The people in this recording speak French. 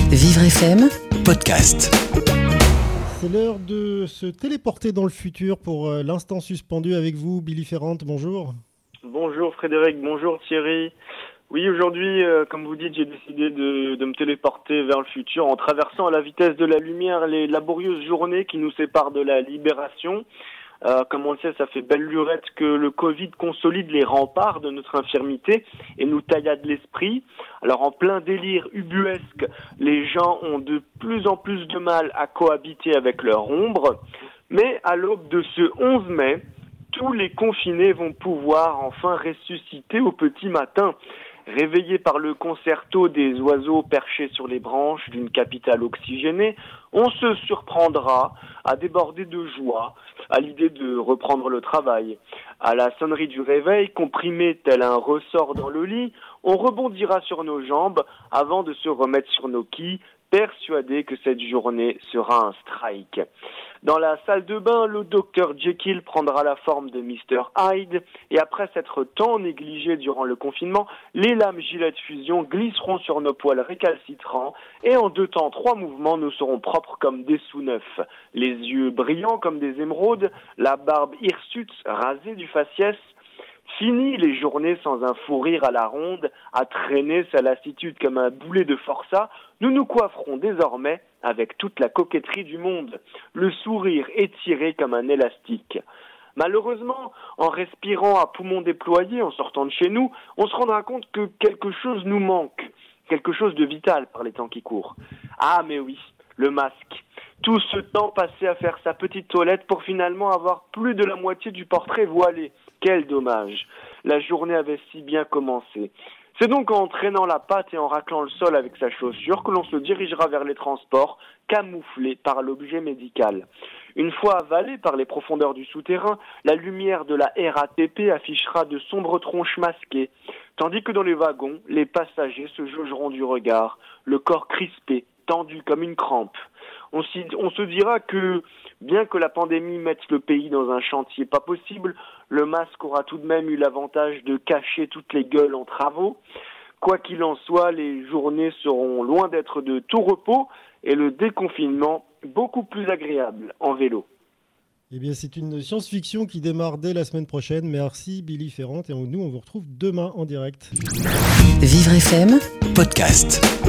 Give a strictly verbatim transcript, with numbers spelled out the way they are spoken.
Vivre F M Podcast. C'est l'heure de se téléporter dans le futur pour euh, l'instant suspendu avec vous, Billy Ferrand, bonjour. Bonjour Frédéric, bonjour Thierry. Oui, aujourd'hui, euh, comme vous dites, j'ai décidé de, de me téléporter vers le futur en traversant à la vitesse de la lumière les laborieuses journées qui nous séparent de la libération. Euh, comme on le sait, ça fait belle lurette que le Covid consolide les remparts de notre infirmité et nous taillade l'esprit. Alors en plein délire ubuesque, les gens ont de plus en plus de mal à cohabiter avec leur ombre. Mais à l'aube de ce onze mai, tous les confinés vont pouvoir enfin ressusciter au petit matin. Réveillés par le concerto des oiseaux perchés sur les branches d'une capitale oxygénée, on se surprendra à déborder de joie à l'idée de reprendre le travail. À la sonnerie du réveil, comprimé tel un ressort dans le lit, on rebondira sur nos jambes avant de se remettre sur nos quilles, persuadé que cette journée sera un strike. Dans la salle de bain, le docteur Jekyll prendra la forme de mister Hyde et après s'être tant négligé durant le confinement, les lames Gillette Fusion glisseront sur nos poils récalcitrants et en deux temps, trois mouvements, nous serons propres comme des sous-neufs. Les yeux brillants comme des émeraudes, la barbe hirsute rasée du faciès. Fini les journées sans un fou rire à la ronde, à traîner sa lassitude comme un boulet de forçat, nous nous coifferons désormais avec toute la coquetterie du monde, le sourire étiré comme un élastique. Malheureusement, en respirant à poumons déployés, en sortant de chez nous, on se rendra compte que quelque chose nous manque, quelque chose de vital par les temps qui courent. Ah mais oui, le masque. Tout ce temps passé à faire sa petite toilette pour finalement avoir plus de la moitié du portrait voilé. Quel dommage. La journée avait si bien commencé. C'est donc en traînant la patte et en raclant le sol avec sa chaussure que l'on se dirigera vers les transports, camouflés par l'objet médical. Une fois avalé par les profondeurs du souterrain, la lumière de la R A T P affichera de sombres tronches masquées, tandis que dans les wagons, les passagers se jaugeront du regard, le corps crispé, tendu comme une crampe. On, on se dira que, bien que la pandémie mette le pays dans un chantier pas possible, le masque aura tout de même eu l'avantage de cacher toutes les gueules en travaux. Quoi qu'il en soit, les journées seront loin d'être de tout repos et le déconfinement beaucoup plus agréable en vélo. Eh bien, c'est une science-fiction qui démarre dès la semaine prochaine. Merci Billy Ferrand et nous, on vous retrouve demain en direct. Vivre F M Podcast.